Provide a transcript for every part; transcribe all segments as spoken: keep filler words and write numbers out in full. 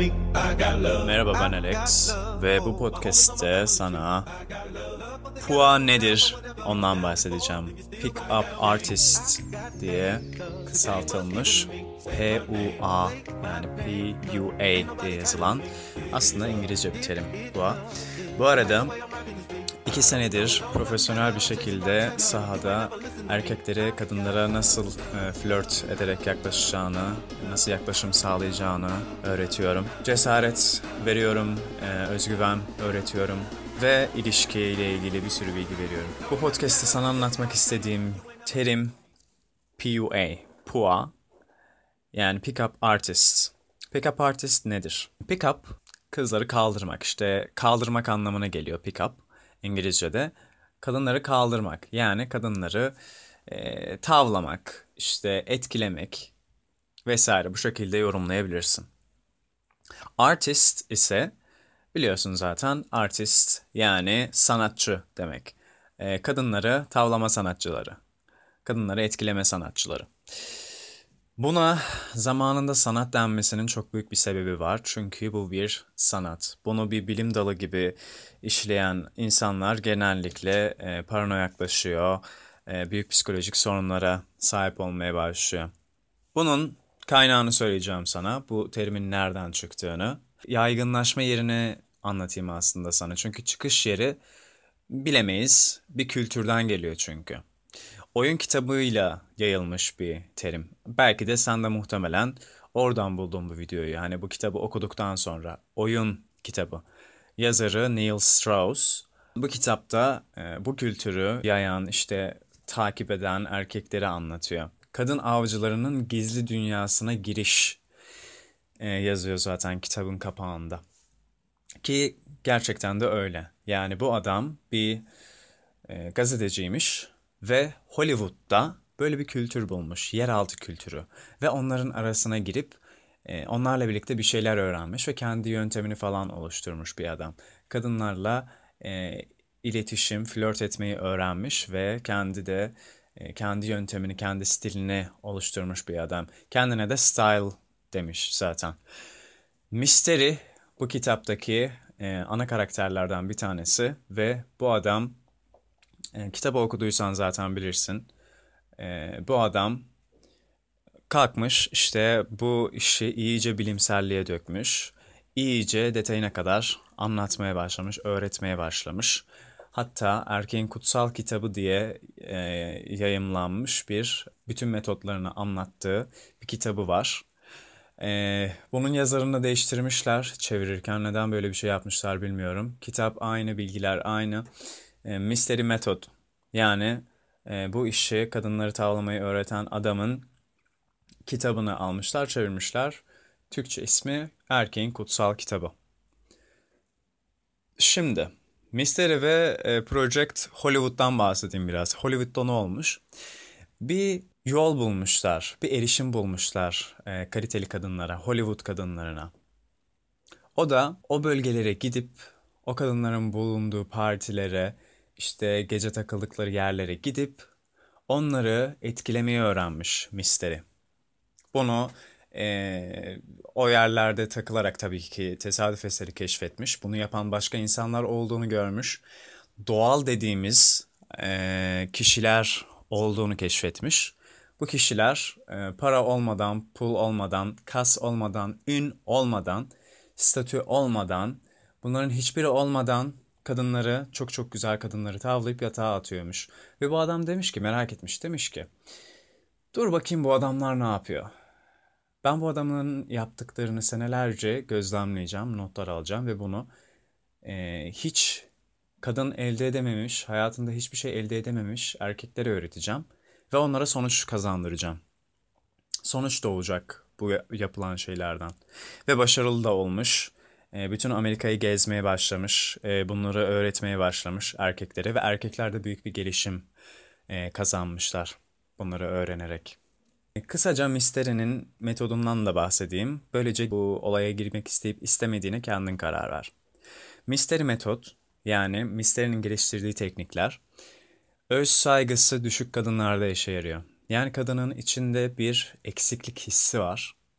Merhaba, ben Alex ve bu podcast'te sana P U A nedir ondan bahsedeceğim. Pick Up Artist diye kısaltılmış P U A, yani P U A diye yazılan, aslında İngilizce bir terim P U A. Bu arada iki senedir profesyonel bir şekilde sahada erkeklere, kadınlara nasıl e, flört ederek yaklaşacağını, nasıl yaklaşım sağlayacağını öğretiyorum. Cesaret veriyorum, e, özgüven öğretiyorum ve ilişkiyle ilgili bir sürü bilgi veriyorum. Bu podcast'te sana anlatmak istediğim terim P U A, P U A, yani Pick Up Artist. Pick Up Artist nedir? Pick Up, kızları kaldırmak, işte kaldırmak anlamına geliyor pick up. İngilizce'de kadınları kaldırmak, yani kadınları e, tavlamak, işte etkilemek vesaire, bu şekilde yorumlayabilirsin. Artist ise biliyorsun zaten, artist yani sanatçı demek. E, kadınları tavlama sanatçıları, kadınları etkileme sanatçıları. Buna zamanında sanat denmesinin çok büyük bir sebebi var. Çünkü bu bir sanat. Bunu bir bilim dalı gibi işleyen insanlar genellikle e, paranoyaklaşıyor, e, büyük psikolojik sorunlara sahip olmaya başlıyor. Bunun kaynağını söyleyeceğim sana, bu terimin nereden çıktığını. Yaygınlaşma yerini anlatayım aslında sana. Çünkü çıkış yeri bilemeyiz, bir kültürden geliyor çünkü. Oyun kitabıyla yayılmış bir terim. Belki de sen de muhtemelen oradan buldun bu videoyu. Hani bu kitabı okuduktan sonra. Oyun kitabı. Yazarı Neil Strauss. Bu kitapta e, bu kültürü yayan, işte takip eden erkekleri anlatıyor. Kadın avcılarının gizli dünyasına giriş e, yazıyor zaten kitabın kapağında. Ki gerçekten de öyle. Yani bu adam bir e, gazeteciymiş ve Hollywood'da böyle bir kültür bulmuş, yeraltı kültürü, ve onların arasına girip e, onlarla birlikte bir şeyler öğrenmiş ve kendi yöntemini falan oluşturmuş bir adam. Kadınlarla e, iletişim, flört etmeyi öğrenmiş ve kendi de e, kendi yöntemini, kendi stilini oluşturmuş bir adam. Kendine de style demiş zaten. Mystery bu kitaptaki e, ana karakterlerden bir tanesi ve bu adam, e, kitabı okuduysan zaten bilirsin. E, bu adam kalkmış, işte bu işi iyice bilimselliğe dökmüş. İyice detayına kadar anlatmaya başlamış, öğretmeye başlamış. Hatta Erkeğin Kutsal Kitabı diye e, yayımlanmış bir, bütün metotlarını anlattığı bir kitabı var. E, bunun yazarını değiştirmişler çevirirken. Neden böyle bir şey yapmışlar bilmiyorum. Kitap aynı, bilgiler aynı. E, Mystery Method, yani e, bu işi, kadınları tavlamayı öğreten adamın kitabını almışlar, çevirmişler. Türkçe ismi Erkeğin Kutsal Kitabı. Şimdi Mystery ve e, Project Hollywood'dan bahsedeyim biraz. Hollywood'da ne olmuş? Bir yol bulmuşlar, bir erişim bulmuşlar e, kaliteli kadınlara, Hollywood kadınlarına. O da o bölgelere gidip o kadınların bulunduğu partilere, işte gece takıldıkları yerlere gidip onları etkilemeyi öğrenmiş Mystery. Bunu eee, o yerlerde takılarak, tabii ki tesadüf eseri keşfetmiş. Bunu yapan başka insanlar olduğunu görmüş. Doğal dediğimiz eee, kişiler olduğunu keşfetmiş. Bu kişiler eee, para olmadan, pul olmadan, kas olmadan, ün olmadan, statü olmadan, bunların hiçbiri olmadan kadınları, çok çok güzel kadınları tavlayıp yatağa atıyormuş. Ve bu adam demiş ki, merak etmiş, demiş ki, dur bakayım bu adamlar ne yapıyor? Ben bu adamın yaptıklarını senelerce gözlemleyeceğim, notlar alacağım ve bunu eee, hiç kadın elde edememiş, hayatında hiçbir şey elde edememiş erkeklere öğreteceğim ve onlara sonuç kazandıracağım. Sonuç da olacak bu yapılan şeylerden. Ve başarılı da olmuş. E, bütün Amerika'yı gezmeye başlamış. E, bunları öğretmeye başlamış erkeklere ve erkekler de büyük bir gelişim e, kazanmışlar bunları öğrenerek. E, Kısaca Mystery'nin metodundan da bahsedeyim. Böylece bu olaya girmek isteyip istemediğine kendin karar ver. Mystery metot, yani Mystery'nin geliştirdiği teknikler, öz saygısı düşük kadınlarda işe yarıyor. Yani kadının içinde bir eksiklik hissi var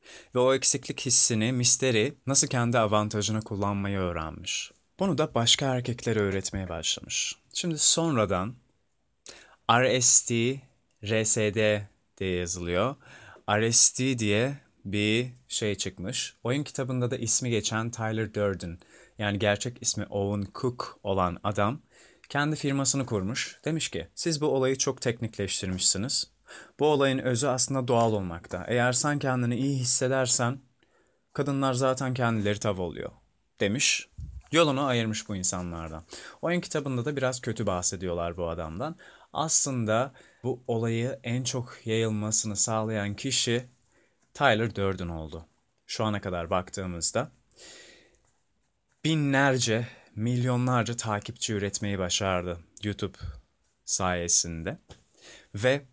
Ve o eksiklik hissini Mystery nasıl kendi avantajına kullanmayı öğrenmiş. Bunu da başka erkeklere öğretmeye başlamış. Şimdi sonradan R S D, R S D diye yazılıyor. R S D diye bir şey çıkmış. Oyun kitabında da ismi geçen Tyler Durden, yani gerçek ismi Owen Cook olan adam kendi firmasını kurmuş. Demiş ki siz bu olayı çok teknikleştirmişsiniz. Bu olayın özü aslında doğal olmakta. Eğer sen kendini iyi hissedersen kadınlar zaten kendileri tav oluyor demiş. Yolunu ayırmış bu insanlardan. Oyun kitabında da biraz kötü bahsediyorlar bu adamdan. Aslında bu olayı en çok yayılmasını sağlayan kişi Tyler Durden oldu. Şu ana kadar baktığımızda binlerce, milyonlarca takipçi üretmeyi başardı YouTube sayesinde. Ve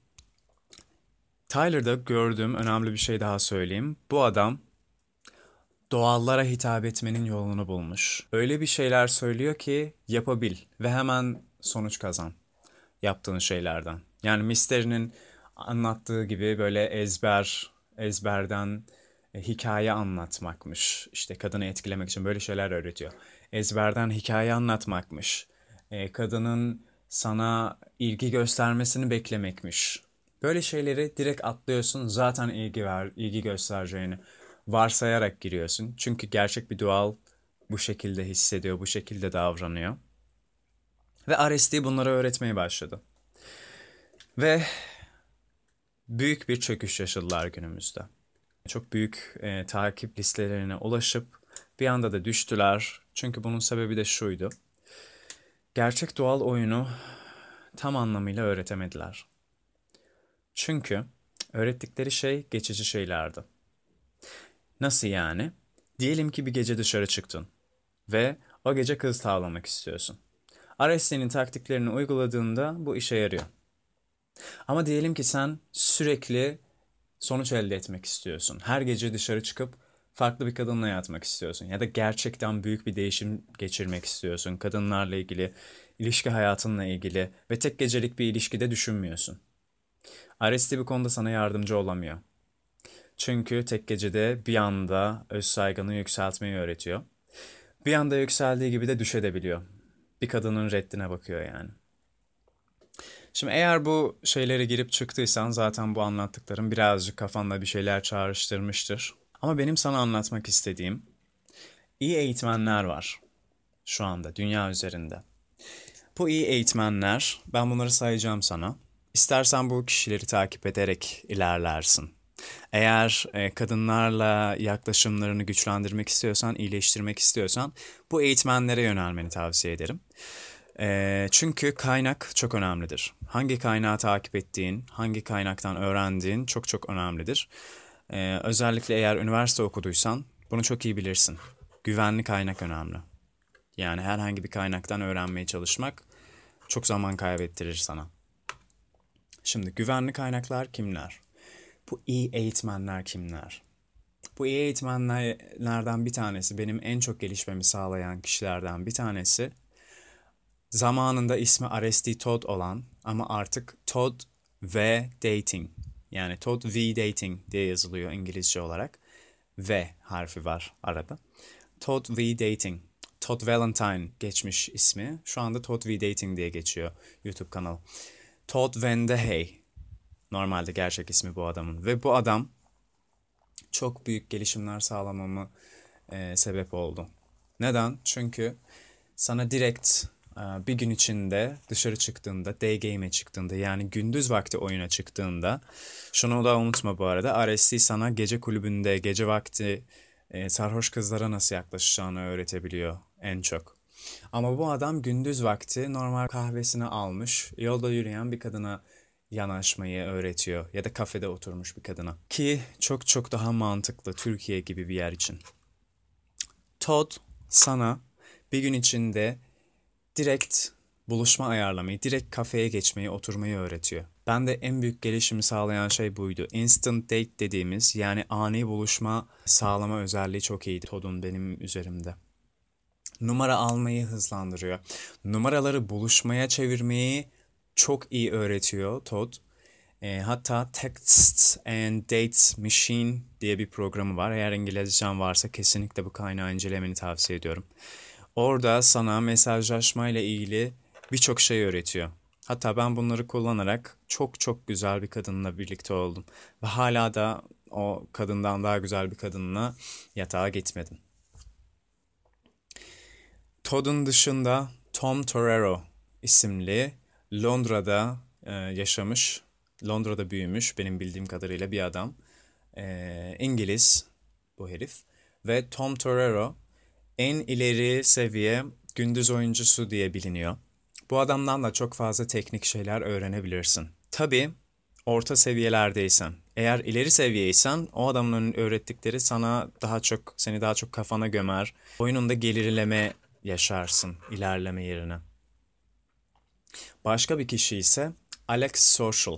Tyler'da gördüğüm önemli bir şey daha söyleyeyim. Bu adam doğallara hitap etmenin yolunu bulmuş. Öyle bir şeyler söylüyor ki yapabil ve hemen sonuç kazan yaptığın şeylerden. Yani Mystery'nin anlattığı gibi böyle ezber, ezberden e, hikaye anlatmakmış. İşte kadını etkilemek için böyle şeyler öğretiyor. Ezberden hikaye anlatmakmış. E, kadının sana ilgi göstermesini beklemekmiş. Böyle şeyleri direkt atlıyorsun, zaten ilgi ver, ilgi göstereceğini varsayarak giriyorsun. Çünkü gerçek bir doğal bu şekilde hissediyor, bu şekilde davranıyor. Ve R S D bunları öğretmeye başladı. Ve büyük bir çöküş yaşadılar günümüzde. Çok büyük e, takip listelerine ulaşıp bir anda da düştüler. Çünkü bunun sebebi de şuydu. Gerçek doğal oyunu tam anlamıyla öğretemediler. Çünkü öğrettikleri şey geçici şeylerdi. Nasıl yani? Diyelim ki bir gece dışarı çıktın ve o gece kız tavlamak istiyorsun. R S D'nin taktiklerini uyguladığında bu işe yarıyor. Ama diyelim ki sen sürekli sonuç elde etmek istiyorsun. Her gece dışarı çıkıp farklı bir kadınla yatmak istiyorsun. Ya da gerçekten büyük bir değişim geçirmek istiyorsun. Kadınlarla ilgili, ilişki hayatınla ilgili ve tek gecelik bir ilişkide düşünmüyorsun. R S D bu konuda sana yardımcı olamıyor. Çünkü tek gecede bir anda öz saygını yükseltmeyi öğretiyor. Bir anda yükseldiği gibi de düşebiliyor. Bir kadının reddine bakıyor yani. Şimdi eğer bu şeylere girip çıktıysan zaten bu anlattıklarım birazcık kafanda bir şeyler çağrıştırmıştır. Ama benim sana anlatmak istediğim iyi eğitmenler var şu anda dünya üzerinde. Bu iyi eğitmenler, ben bunları sayacağım sana. İstersen bu kişileri takip ederek ilerlersin. Eğer e, kadınlarla yaklaşımlarını güçlendirmek istiyorsan, iyileştirmek istiyorsan bu eğitmenlere yönelmeni tavsiye ederim. E, çünkü kaynak çok önemlidir. Hangi kaynağı takip ettiğin, hangi kaynaktan öğrendiğin çok çok önemlidir. E, özellikle eğer üniversite okuduysan bunu çok iyi bilirsin. Güvenli kaynak önemli. Yani herhangi bir kaynaktan öğrenmeye çalışmak çok zaman kaybettirir sana. Şimdi güvenli kaynaklar kimler? Bu iyi eğitmenler kimler? Bu iyi eğitmenlerden bir tanesi, benim en çok gelişmemi sağlayan kişilerden bir tanesi, zamanında ismi R S D Todd olan ama artık Todd V Dating, yani Todd V Dating diye yazılıyor İngilizce olarak. V harfi var arada. Todd V Dating. Todd Valentine geçmiş ismi. Şu anda Todd V Dating diye geçiyor YouTube kanalı. Todd Van de Hey. Normalde gerçek ismi bu adamın. Ve bu adam çok büyük gelişimler sağlamamı e, sebep oldu. Neden? Çünkü sana direkt e, bir gün içinde dışarı çıktığında, day game'e çıktığında, yani gündüz vakti oyuna çıktığında, şunu da unutma bu arada, R S D sana gece kulübünde, gece vakti e, sarhoş kızlara nasıl yaklaşacağını öğretebiliyor en çok. Ama bu adam gündüz vakti normal kahvesini almış, yolda yürüyen bir kadına yanaşmayı öğretiyor ya da kafede oturmuş bir kadına. Ki çok çok daha mantıklı Türkiye gibi bir yer için. Todd sana bir gün içinde direkt buluşma ayarlamayı, direkt kafeye geçmeyi, oturmayı öğretiyor. Ben de en büyük gelişimi sağlayan şey buydu. Instant date dediğimiz, yani ani buluşma sağlama özelliği çok iyiydi Todd'un benim üzerimde. Numara almayı hızlandırıyor. Numaraları buluşmaya çevirmeyi çok iyi öğretiyor Todd. E, hatta Text and Dates Machine diye bir programı var. Eğer İngilizcen varsa kesinlikle bu kaynağı incelemeni tavsiye ediyorum. Orada sana mesajlaşma ile ilgili birçok şey öğretiyor. Hatta ben bunları kullanarak çok çok güzel bir kadınla birlikte oldum. Ve hala da o kadından daha güzel bir kadınla yatağa gitmedim. Todd'un dışında Tom Torero isimli Londra'da e, yaşamış, Londra'da büyümüş benim bildiğim kadarıyla bir adam. E, İngiliz bu herif. Ve Tom Torero en ileri seviye gündüz oyuncusu diye biliniyor. Bu adamdan da çok fazla teknik şeyler öğrenebilirsin. Tabii orta seviyelerdeysen. Eğer ileri seviyeysen o adamın öğrettikleri sana daha çok seni daha çok kafana gömer. Oyununda gerilimeme yaşarsın ilerleme yerine. Başka bir kişi ise Alex Social.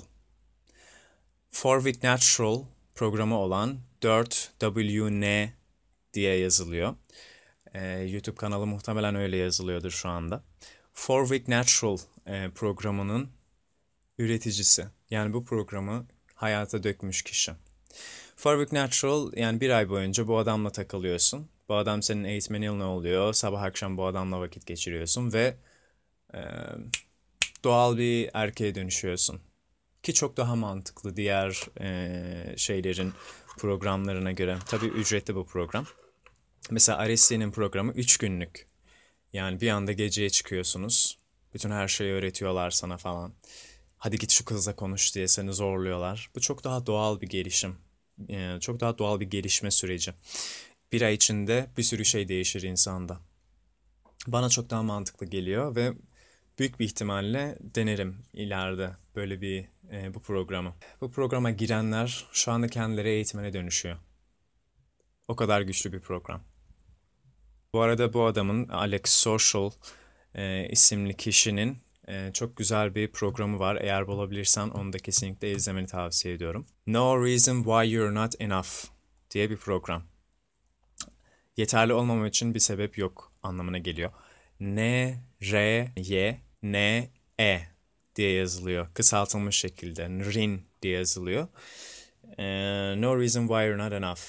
four Week Natural programı olan dört W N diye yazılıyor. Ee, YouTube kanalı muhtemelen öyle yazılıyordur şu anda. four Week Natural e, programının üreticisi. Yani bu programı hayata dökmüş kişi. four Week Natural yani bir ay boyunca bu adamla takılıyorsun. Bu adam senin eğitmenin ne oluyor? Sabah akşam bu adamla vakit geçiriyorsun ve e, doğal bir erkeğe dönüşüyorsun. Ki çok daha mantıklı diğer e, şeylerin programlarına göre. Tabii ücretli bu program. Mesela Aresti'nin programı üç günlük. Yani bir anda geceye çıkıyorsunuz. Bütün her şeyi öğretiyorlar sana falan. Hadi git şu kızla konuş diye seni zorluyorlar. Bu çok daha doğal bir gelişim. Ee, çok daha doğal bir gelişme süreci. Bir ay içinde bir sürü şey değişir insanda. Bana çok daha mantıklı geliyor ve büyük bir ihtimalle denerim ileride böyle bir e, bu programı. Bu programa girenler şu anda kendileri eğitmene dönüşüyor. O kadar güçlü bir program. Bu arada bu adamın Alex Social e, isimli kişinin e, çok güzel bir programı var. Eğer bulabilirsen onu da kesinlikle izlemeni tavsiye ediyorum. No Reason Why You're Not Enough diye bir program. Yeterli olmam için bir sebep yok anlamına geliyor. N, R, Y, N, E diye yazılıyor. Kısaltılmış şekilde. Rin diye yazılıyor. E, No Reason Why You're Not Enough.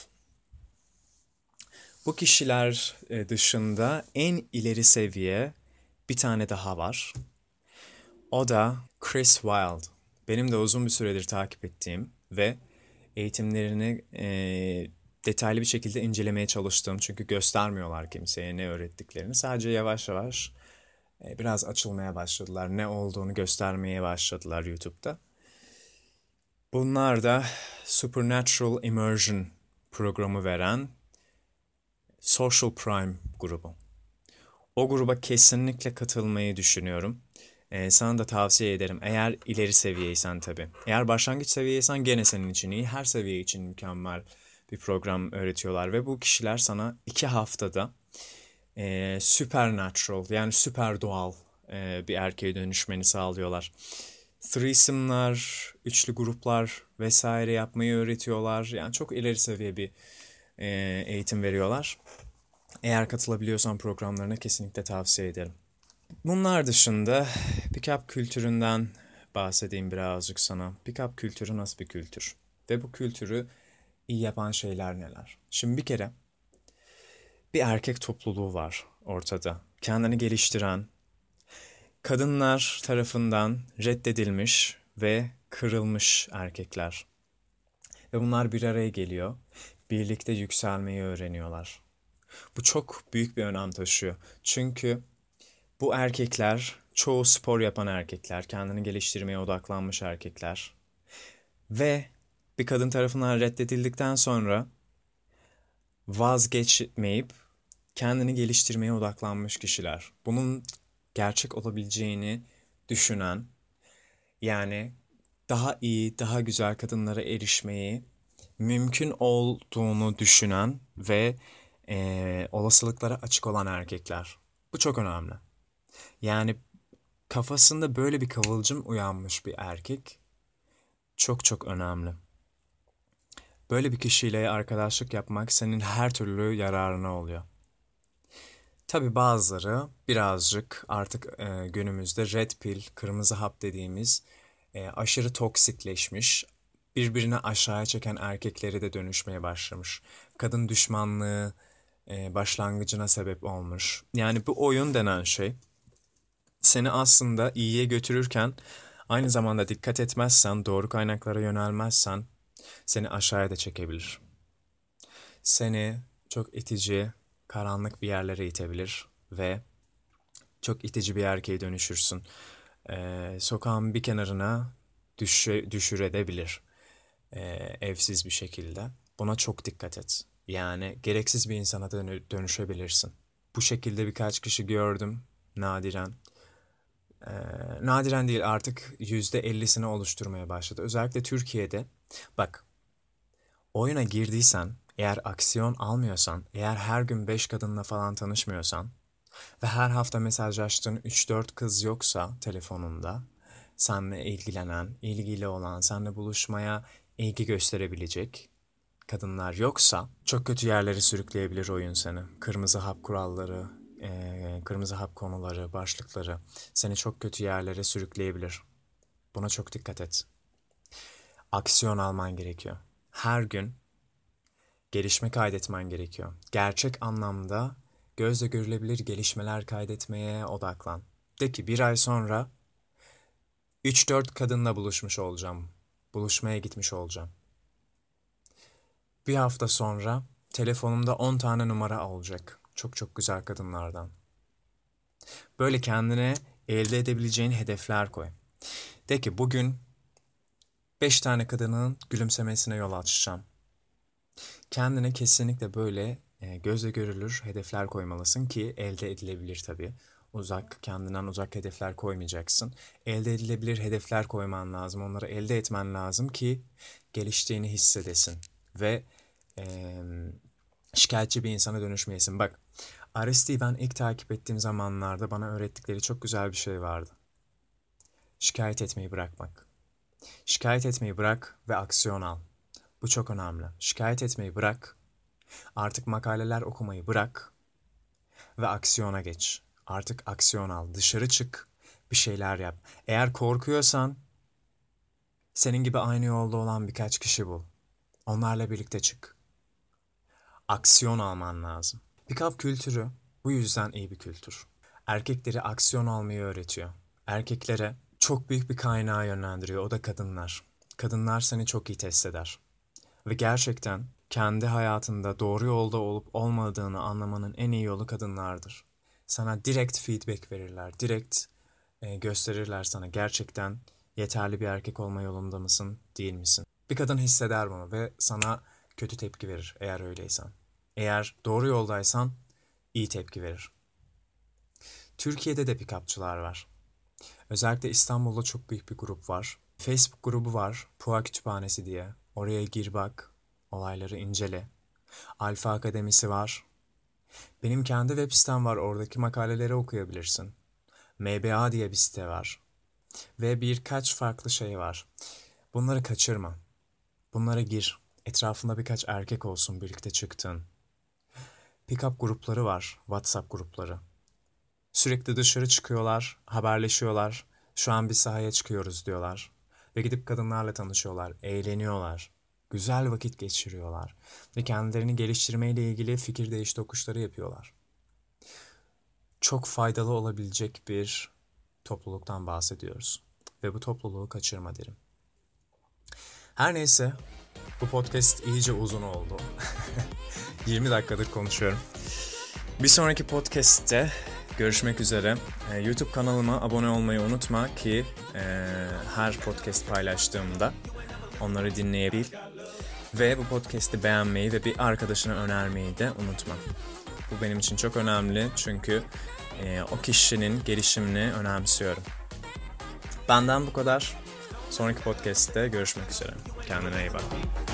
Bu kişiler dışında en ileri seviye bir tane daha var. O da Chris Wilde. Benim de uzun bir süredir takip ettiğim ve eğitimlerini e, detaylı bir şekilde incelemeye çalıştım. Çünkü göstermiyorlar kimseye ne öğrettiklerini. Sadece yavaş yavaş e, biraz açılmaya başladılar. Ne olduğunu göstermeye başladılar YouTube'da. Bunlar da Supernatural Immersion programı veren Social Prime grubu. O gruba kesinlikle katılmayı düşünüyorum. Ee, sana da tavsiye ederim. Eğer ileri seviyeysen tabii. Eğer başlangıç seviyeysen gene senin için iyi. Her seviye için mükemmel bir program öğretiyorlar. Ve bu kişiler sana iki haftada e, supernatural yani süper doğal e, bir erkeğe dönüşmeni sağlıyorlar. Threesome'lar, üçlü gruplar vesaire yapmayı öğretiyorlar. Yani çok ileri seviye bir e, eğitim veriyorlar. Eğer katılabiliyorsan programlarına kesinlikle tavsiye ederim. Bunlar dışında pick-up kültüründen bahsedeyim birazcık sana. Pick-up kültürü nasıl bir kültür? Ve bu kültürü iyi yapan şeyler neler? Şimdi bir kere bir erkek topluluğu var ortada. Kendini geliştiren, kadınlar tarafından reddedilmiş ve kırılmış erkekler. Ve bunlar bir araya geliyor. Birlikte yükselmeyi öğreniyorlar. Bu çok büyük bir önem taşıyor. Çünkü bu erkekler, çoğu spor yapan erkekler, kendini geliştirmeye odaklanmış erkekler ve bir kadın tarafından reddedildikten sonra vazgeçmeyip kendini geliştirmeye odaklanmış kişiler. Bunun gerçek olabileceğini düşünen, yani daha iyi, daha güzel kadınlara erişmeyi mümkün olduğunu düşünen ve e, olasılıklara açık olan erkekler. Bu çok önemli. Yani kafasında böyle bir kıvılcım uyanmış bir erkek çok çok önemli. Böyle bir kişiyle arkadaşlık yapmak senin her türlü yararına oluyor. Tabii bazıları birazcık artık e, günümüzde red pill, kırmızı hap dediğimiz e, aşırı toksikleşmiş, birbirini aşağıya çeken erkekleri de dönüşmeye başlamış. Kadın düşmanlığı e, başlangıcına sebep olmuş. Yani bu oyun denen şey seni aslında iyiye götürürken aynı zamanda dikkat etmezsen, doğru kaynaklara yönelmezsen seni aşağıya da çekebilir. Seni çok itici, karanlık bir yerlere itebilir ve çok itici bir erkeğe dönüşürsün. Ee, sokağın bir kenarına düşü, düşürebilir ee, evsiz bir şekilde. Buna çok dikkat et. Yani gereksiz bir insana dönü- dönüşebilirsin. Bu şekilde birkaç kişi gördüm nadiren. Ee, nadiren değil, artık yüzde ellisini oluşturmaya başladı. Özellikle Türkiye'de. Bak, oyuna girdiysen, eğer aksiyon almıyorsan, eğer her gün beş kadınla falan tanışmıyorsan ve her hafta mesajlaştığın üç dört kız yoksa telefonunda, seninle ilgilenen, ilgili olan, seninle buluşmaya ilgi gösterebilecek kadınlar yoksa çok kötü yerlere sürükleyebilir oyun seni. Kırmızı hap kuralları, eee, kırmızı hap konuları, başlıkları seni çok kötü yerlere sürükleyebilir. Buna çok dikkat et. Aksiyon alman gerekiyor. Her gün gelişme kaydetmen gerekiyor. Gerçek anlamda gözle görülebilir gelişmeler kaydetmeye odaklan. De ki bir ay sonra üç dört kadınla buluşmuş olacağım. Buluşmaya gitmiş olacağım. Bir hafta sonra telefonumda on tane numara olacak. Çok çok güzel kadınlardan. Böyle kendine elde edebileceğin hedefler koy. De ki bugün beş tane kadının gülümsemesine yol açacağım. Kendine kesinlikle böyle e, gözle görülür hedefler koymalısın ki elde edilebilir tabii. Uzak, kendinden uzak hedefler koymayacaksın. Elde edilebilir hedefler koyman lazım. Onları elde etmen lazım ki geliştiğini hissedesin. Ve e, şikayetçi bir insana dönüşmeyesin. Bak, Aristi'yi ben ilk takip ettiğim zamanlarda bana öğrettikleri çok güzel bir şey vardı. Şikayet etmeyi bırakmak. Şikayet etmeyi bırak ve aksiyon al. Bu çok önemli. Şikayet etmeyi bırak, artık makaleler okumayı bırak ve aksiyona geç. Artık aksiyon al. Dışarı çık, bir şeyler yap. Eğer korkuyorsan, senin gibi aynı yolda olan birkaç kişi bul. Onlarla birlikte çık. Aksiyon alman lazım. Pick-up kültürü bu yüzden iyi bir kültür. Erkekleri aksiyon almayı öğretiyor. Erkeklere çok büyük bir kaynağa yönlendiriyor. O da kadınlar. Kadınlar seni çok iyi test eder. Ve gerçekten kendi hayatında doğru yolda olup olmadığını anlamanın en iyi yolu kadınlardır. Sana direkt feedback verirler, direkt e, gösterirler sana gerçekten yeterli bir erkek olma yolunda mısın, değil misin? Bir kadın hisseder bunu ve sana kötü tepki verir eğer öyleysen. Eğer doğru yoldaysan iyi tepki verir. Türkiye'de de pick-upçılar var. Özellikle İstanbul'da çok büyük bir grup var. Facebook grubu var, Pua Kütüphanesi diye. Oraya gir bak, olayları incele. Alfa Akademisi var. Benim kendi web sitem var, oradaki makaleleri okuyabilirsin. M B A diye bir site var. Ve birkaç farklı şey var. Bunları kaçırma. Bunlara gir. Etrafında birkaç erkek olsun birlikte çıktığın. Pick-up grupları var, WhatsApp grupları. Sürekli dışarı çıkıyorlar, haberleşiyorlar. Şu an bir sahaya çıkıyoruz diyorlar. Ve gidip kadınlarla tanışıyorlar, eğleniyorlar. Güzel vakit geçiriyorlar. Ve kendilerini geliştirmeyle ilgili fikir değiş tokuşları yapıyorlar. Çok faydalı olabilecek bir topluluktan bahsediyoruz. Ve bu topluluğu kaçırma derim. Her neyse, bu podcast iyice uzun oldu. yirmi dakikadır konuşuyorum. Bir sonraki podcast'te görüşmek üzere. Ee, YouTube kanalıma abone olmayı unutma ki e, her podcast paylaştığımda onları dinleyebil. Ve bu podcast'i beğenmeyi ve bir arkadaşına önermeyi de unutma. Bu benim için çok önemli çünkü e, o kişinin gelişimini önemsiyorum. Benden bu kadar. Sonraki podcast'te görüşmek üzere. Kendine iyi bak.